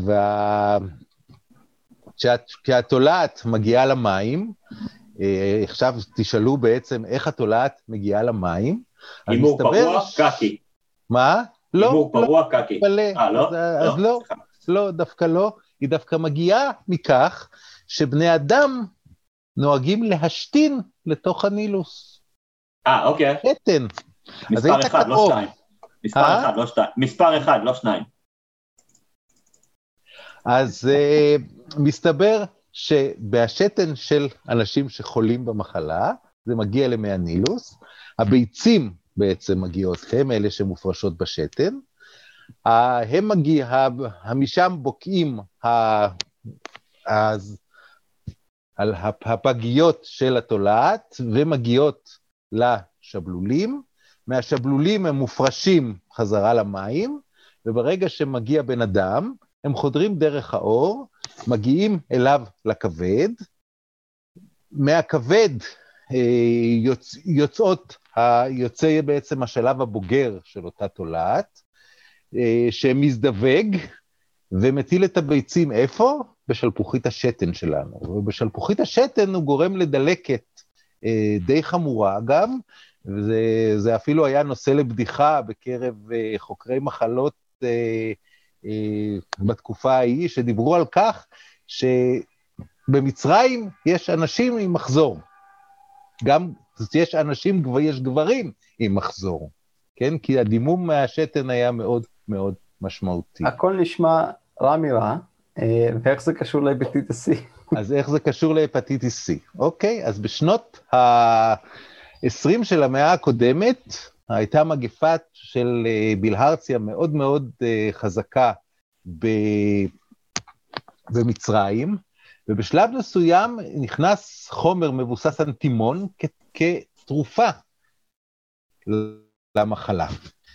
כשהתולעת מגיעה למים, עכשיו תשאלו בעצם איך התולעת מגיעה למים. הימור פרוע, קקי. מה? לא. הימור פרוע, קקי. אה, לא? אז לא, לא, דווקא לא. היא דווקא מגיעה מכך שבני אדם נוהגים להשתין לתוך הנילוס. אה, אוקיי. קטן. מספר אחד, לא שתיים. מספר אחד, לא שתיים. מספר אחד, לא שניים. אז מסתבר שבשתן של אנשים שחולים במחלה, זה מגיע למי הנילוס, הביצים בעצם מגיעות, הם אלה שמופרשות בשתן, הם מגיע, משם בוקעים על הפגיות של התולעת, ומגיעות לשבלולים, מהשבלולים הם מופרשים חזרה למים, וברגע שמגיע בן אדם, הם חודרים דרך האור, מגיעים אליו לכבד, מהכבד יוצ... יוצאות, יוצא בעצם השלב הבוגר של אותה תולעת, שמזדווג ומטיל את הביצים איפה? בשלפוחית השתן שלנו, ובשלפוחית השתן הוא גורם לדלקת די חמורה גם, וזה זה אפילו היה נושא לבדיחה בקרב חוקרי מחלות בתקופה ההיא, שדיברו על כך שבמצרים יש אנשים עם מחזור, גם יש אנשים, יש גברים עם מחזור, כן? כי הדימום מהשתן היה מאוד מאוד משמעותי. הכל נשמע רע מרע, ואיך זה קשור להפטיטיס C? אז איך זה קשור להפטיטיס C? אוקיי, אז בשנות ה-עשרים של המאה הקודמת, הייתה מגפה של בלהרציה מאוד מאוד חזקה במצרים, ובשלב מסוים נכנס חומר מבוסס אנטימון כתרופה למחלה.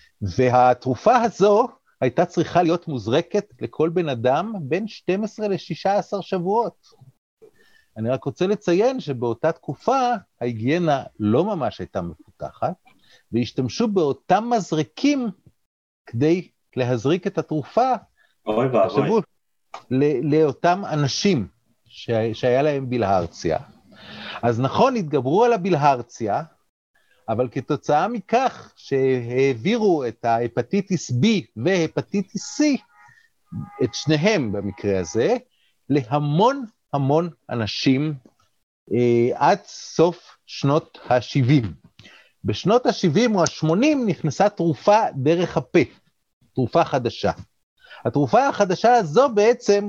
והתרופה הזו הייתה צריכה להיות מוזרקת לכל בן אדם בין שנים עשר ל-שישה עשר שבועות. אני רק רוצה לציין שבאותה תקופה ההיגיינה לא ממש הייתה מפותחת, והשתמשו באותם מזרקים כדי להזריק את התרופה אוי ואבוי. לאותם אנשים שהיה להם בלהרציה. אז נכון, התגברו על הבלהרציה, אבל כתוצאה מכך שהעבירו את ההפטיטיס B והפטיטיס C, את שניהם במקרה הזה, להמון המון אנשים אה, עד סוף שנות ה-שבעים. בשנות ה-שבעים או ה-שמונים נכנסה תרופה דרך הפה, תרופה חדשה. התרופה החדשה הזו בעצם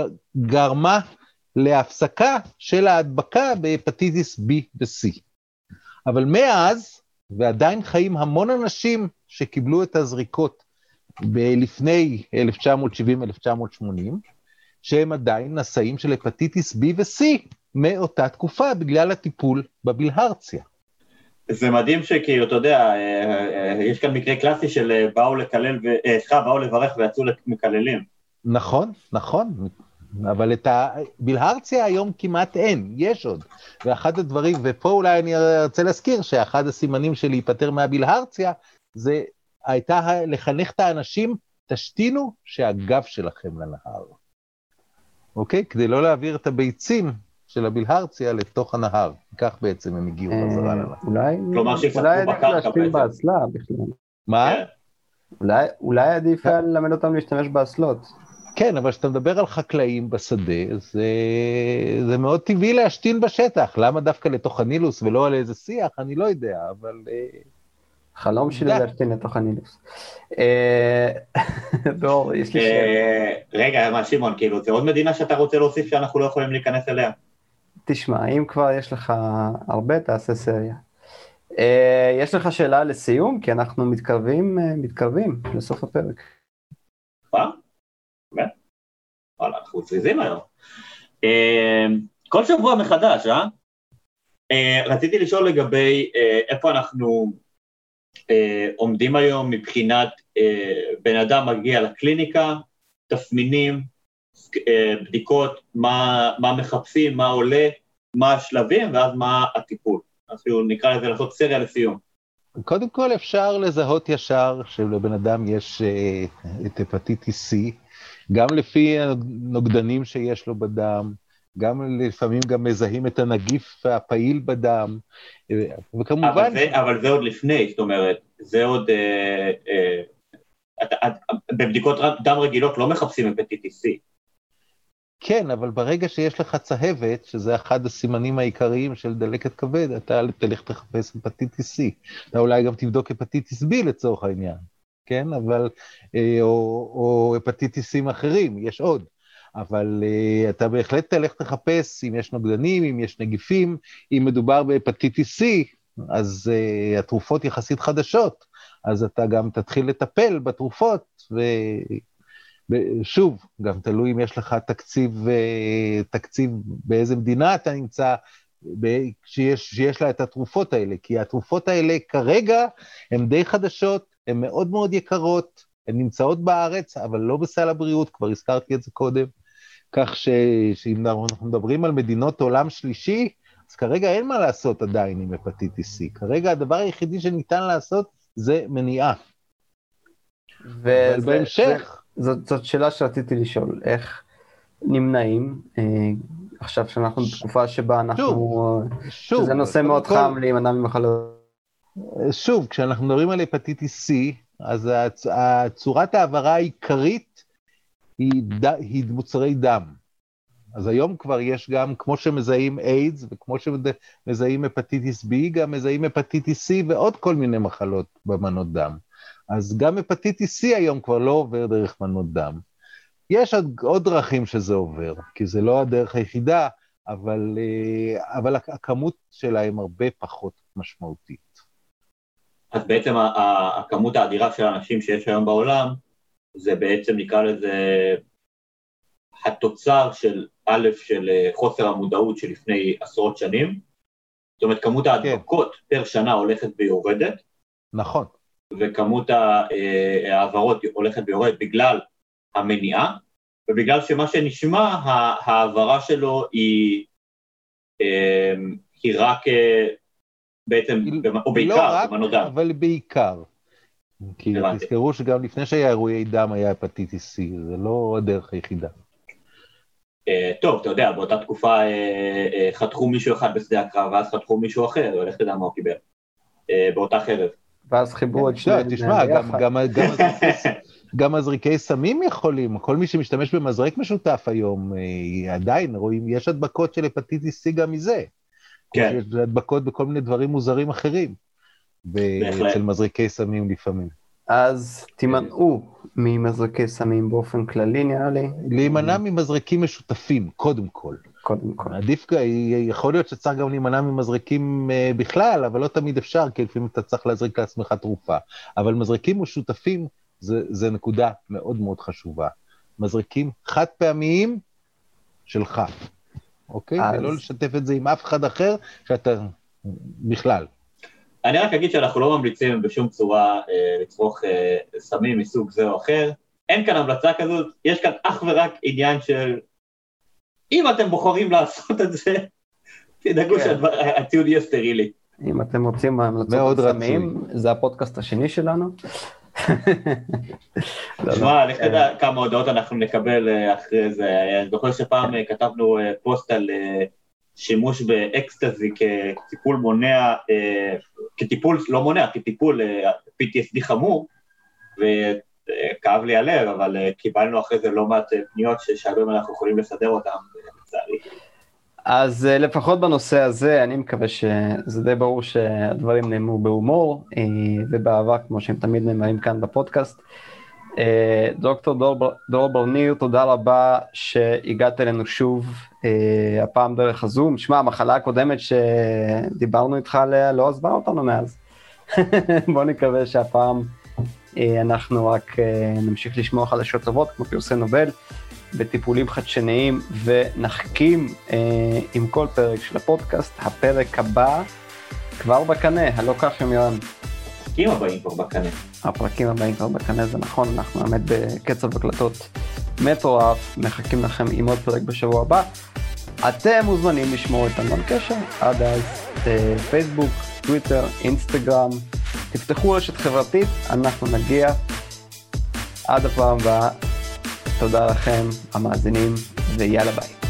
גרמה להפסקה של ההדבקה בהפטיטיס B ו-C. אבל מאז, ועדיין חיים המון אנשים שקיבלו את הזריקות לפני אלף תשע מאות שבעים עד אלף תשע מאות שמונים, שהם עדיין נשאים של הפטיטיס B ו-C מאותה תקופה, בגלל הטיפול בבלהרציה. זה מדהים שכאילו, אתה יודע, יש כאן מקרה קלאסי של באו לקלל, סליחה, באו לברך ויצאו מקללים. נכון, נכון. אבל את הבלהרציה היום כמעט אין, יש עוד. ואחד הדברים, ופה אולי אני רוצה להזכיר, שאחד הסימנים של להיפטר מהבלהרציה, זה הייתה לחנך את האנשים, תשתינו שהגב שלכם לנהר. אוקיי? כדי לא להעביר את הביצים של הבלהרציה לתוך הנהר. כך בעצם הם הגיעו חזרה לנהר. אולי, כלומר שיפתחו בקרקע בעצם. באסלה בכלל. מה? אולי, אולי עדיף היה ללמד אותם להשתמש באסלות. כן, אבל כשאתה מדבר על חקלאים בשדה, זה, זה מאוד טבעי להשתין בשטח. למה דווקא לתוך הנילוס ולא על איזה שיח? אני לא יודע, אבל... חלום שלי להשתין לתוך הנילוס. דור, יש לי שאלה. רגע, מה שמעון, כאילו, זה עוד מדינה שאתה רוצה להוסיף שאנחנו לא יכולים להיכנס אליה? תשמע, אם כבר יש לך הרבה, תעשה סריה. יש לך שאלה לסיום? כי אנחנו מתקרבים, מתקרבים לסוף הפרק. מה? באמת? וואלה, אנחנו צריזים היום. כל שבוע מחדש, אה? רציתי לשאול לגבי איפה אנחנו עומדים היום מבחינת בן אדם מגיע לקליניקה, תסמינים, בדיקות, מה מחפשים, מה עולה, מה השלבים, ואז מה הטיפול. אז נקרא לזה לעשות סריה לסיום. קודם כל אפשר לזהות ישר שלבן אדם יש את הפטיטיס C, גם לפי הנוגדנים שיש לו בדם, גם לפעמים גם מזהים את הנגיף הפעיל בדם, וכמובן... אבל זה, אבל זה עוד לפני, זאת אומרת, זה עוד... אה, אה, בבדיקות דם רגילות לא מחפשים הפטיטיס C. כן, אבל ברגע שיש לך צהבת, שזה אחד הסימנים העיקריים של דלקת כבד, אתה תלך לחפש הפטיטיס C. אתה אולי גם תבדוק הפטיטיס B לצורך העניין, כן? אבל, או, או הפטיטיסים אחרים, יש עוד. אבל uh, אתה בהחלט תלך תחפש אם יש נוגדנים, אם יש נגיפים, אם מדובר בהפטיטיס C, אז uh, התרופות יחסית חדשות, אז אתה גם תתחיל לטפל בתרופות, ושוב, גם תלוי אם יש לך תקציב, uh, תקציב באיזה מדינה אתה נמצא, שיש, שיש לה את התרופות האלה, כי התרופות האלה כרגע הן די חדשות, הן מאוד מאוד יקרות, הן נמצאות בארץ, אבל לא בסל הבריאות, כבר הזכרתי את זה קודם, כך ש, שאם אנחנו מדברים על מדינות עולם שלישי, אז כרגע אין מה לעשות עדיין עם הפטיטיס C, כרגע הדבר היחידי שניתן לעשות זה מניעה. וזה, אבל בהמשך... זה, זאת, זאת שאלה שרציתי לשאול, איך נמנעים, אה, עכשיו שאנחנו בתקופה שבה אנחנו, שוב, שוב, זה נושא מאוד כל... חם להימנע ממחלות. שוב, כשאנחנו מדברים על הפטיטיס C, אז הצורת העברה העיקרית היא, ד... היא מוצרי דם. אז היום כבר יש גם, כמו שמזהים איידס, וכמו שמזהים הפטיטיס B, גם מזהים הפטיטיס C ועוד כל מיני מחלות במנות דם. אז גם הפטיטיס C היום כבר לא עובר דרך מנות דם. יש עוד, עוד דרכים שזה עובר, כי זה לא הדרך היחידה, אבל, אבל הכמות שלהם הרבה פחות משמעותית. אז בעצם הכמות האדירה של האנשים שיש היום בעולם, זה בעצם נקרא לזה התוצר של א' של חוסר המודעות של לפני עשרות שנים, זאת אומרת כמות ההדבקות כן. פר שנה הולכת ויורדת. נכון. וכמות העברות הולכת ויורדת בגלל המניעה, ובגלל שמה שנשמע, העברה שלו היא, היא רק בעצם, או בעיקר, לא רק, במנודם. אבל בעיקר. כי תזכרו שגם לפני שהיה אירועי דם היה הפטיטיס C, זה לא הדרך היחידה. טוב, אתה יודע, באותה תקופה חתכו מישהו אחד בשדה הקרב, ואז חתכו מישהו אחר, הולך לדעת מה הוא קיבל, באותה חרב. ואז חיברו את שני... תשמע, גם מזריקי סמים יכולים, כל מי שמשתמש במזרק משותף היום, עדיין רואים, יש הדבקות של הפטיטיס C גם מזה. כן. יש הדבקות בכל מיני דברים מוזרים אחרים, אצל מזריקי סמים לפעמים. אז תימנעו ממזריקי סמים באופן כללי, נראה לי. להימנע ממזריקים משותפים, קודם כל. קודם כל. עדיף, יכול להיות שצריך גם להימנע ממזריקים בכלל, אבל לא תמיד אפשר, כי לפעמים אתה צריך להזריק לעצמך תרופה. אבל מזריקים משותפים, זה, זה נקודה מאוד מאוד חשובה. מזריקים חד פעמיים שלך, אוקיי? אז... ולא לשתף את זה עם אף אחד אחר, שאתה בכלל. אני רק אגיד שאנחנו לא ממליצים בשום צורה אה, לצרוך אה, סמים מסוג זה או אחר. אין כאן המלצה כזאת, יש כאן אך ורק עניין של, אם אתם בוחרים לעשות את זה, תדאגו כן. שהציוד יהיה סטרילי. אם אתם רוצים המלצות סמים, זה הפודקאסט השני שלנו. תשמע, לך תדע כמה הודעות אנחנו נקבל אחרי זה. אני זוכר שפעם כתבנו פוסט על שימוש באקסטזי כטיפול מונע, כטיפול לא מונע, כטיפול פי טי אס די חמור, וכאב לי הלב, אבל קיבלנו אחרי זה לא מעט פניות ששאלו אם אנחנו יכולים לסדר אותם, לצערי. אז לפחות בנושא הזה, אני מקווה שזה די ברור שהדברים נאמרו בהומור, ובאהבה, כמו שהם תמיד נאמרים כאן בפודקאסט. דוקטור דרור ברניר, תודה רבה שהגעת אלינו שוב, הפעם דרך הזום. שמע, המחלה הקודמת שדיברנו איתך עליה לא עזבה אותנו מאז. בוא נקווה שהפעם אנחנו רק נמשיך לשמוע חדשות טובות, כמו פרסי נובל, בטיפולים חדשניים, ונחכים אה, עם כל פרק של הפודקאסט. הפרק הבא כבר בקנה, הלא כך שמירן. הפרקים הבאים כבר בקנה. הפרקים הבאים כבר בקנה, זה נכון, אנחנו עמד בקצב הקלטות מטורף, מחכים לכם עם עוד פרק בשבוע הבא. אתם מוזמנים לשמור איתנו על קשר, עד אז אה, פייסבוק, טוויטר, אינסטגרם, תפתחו רשת חברתית, אנחנו נגיע. עד הפעם הבאה. תודה לכם, המאזינים, ויאללה ביי.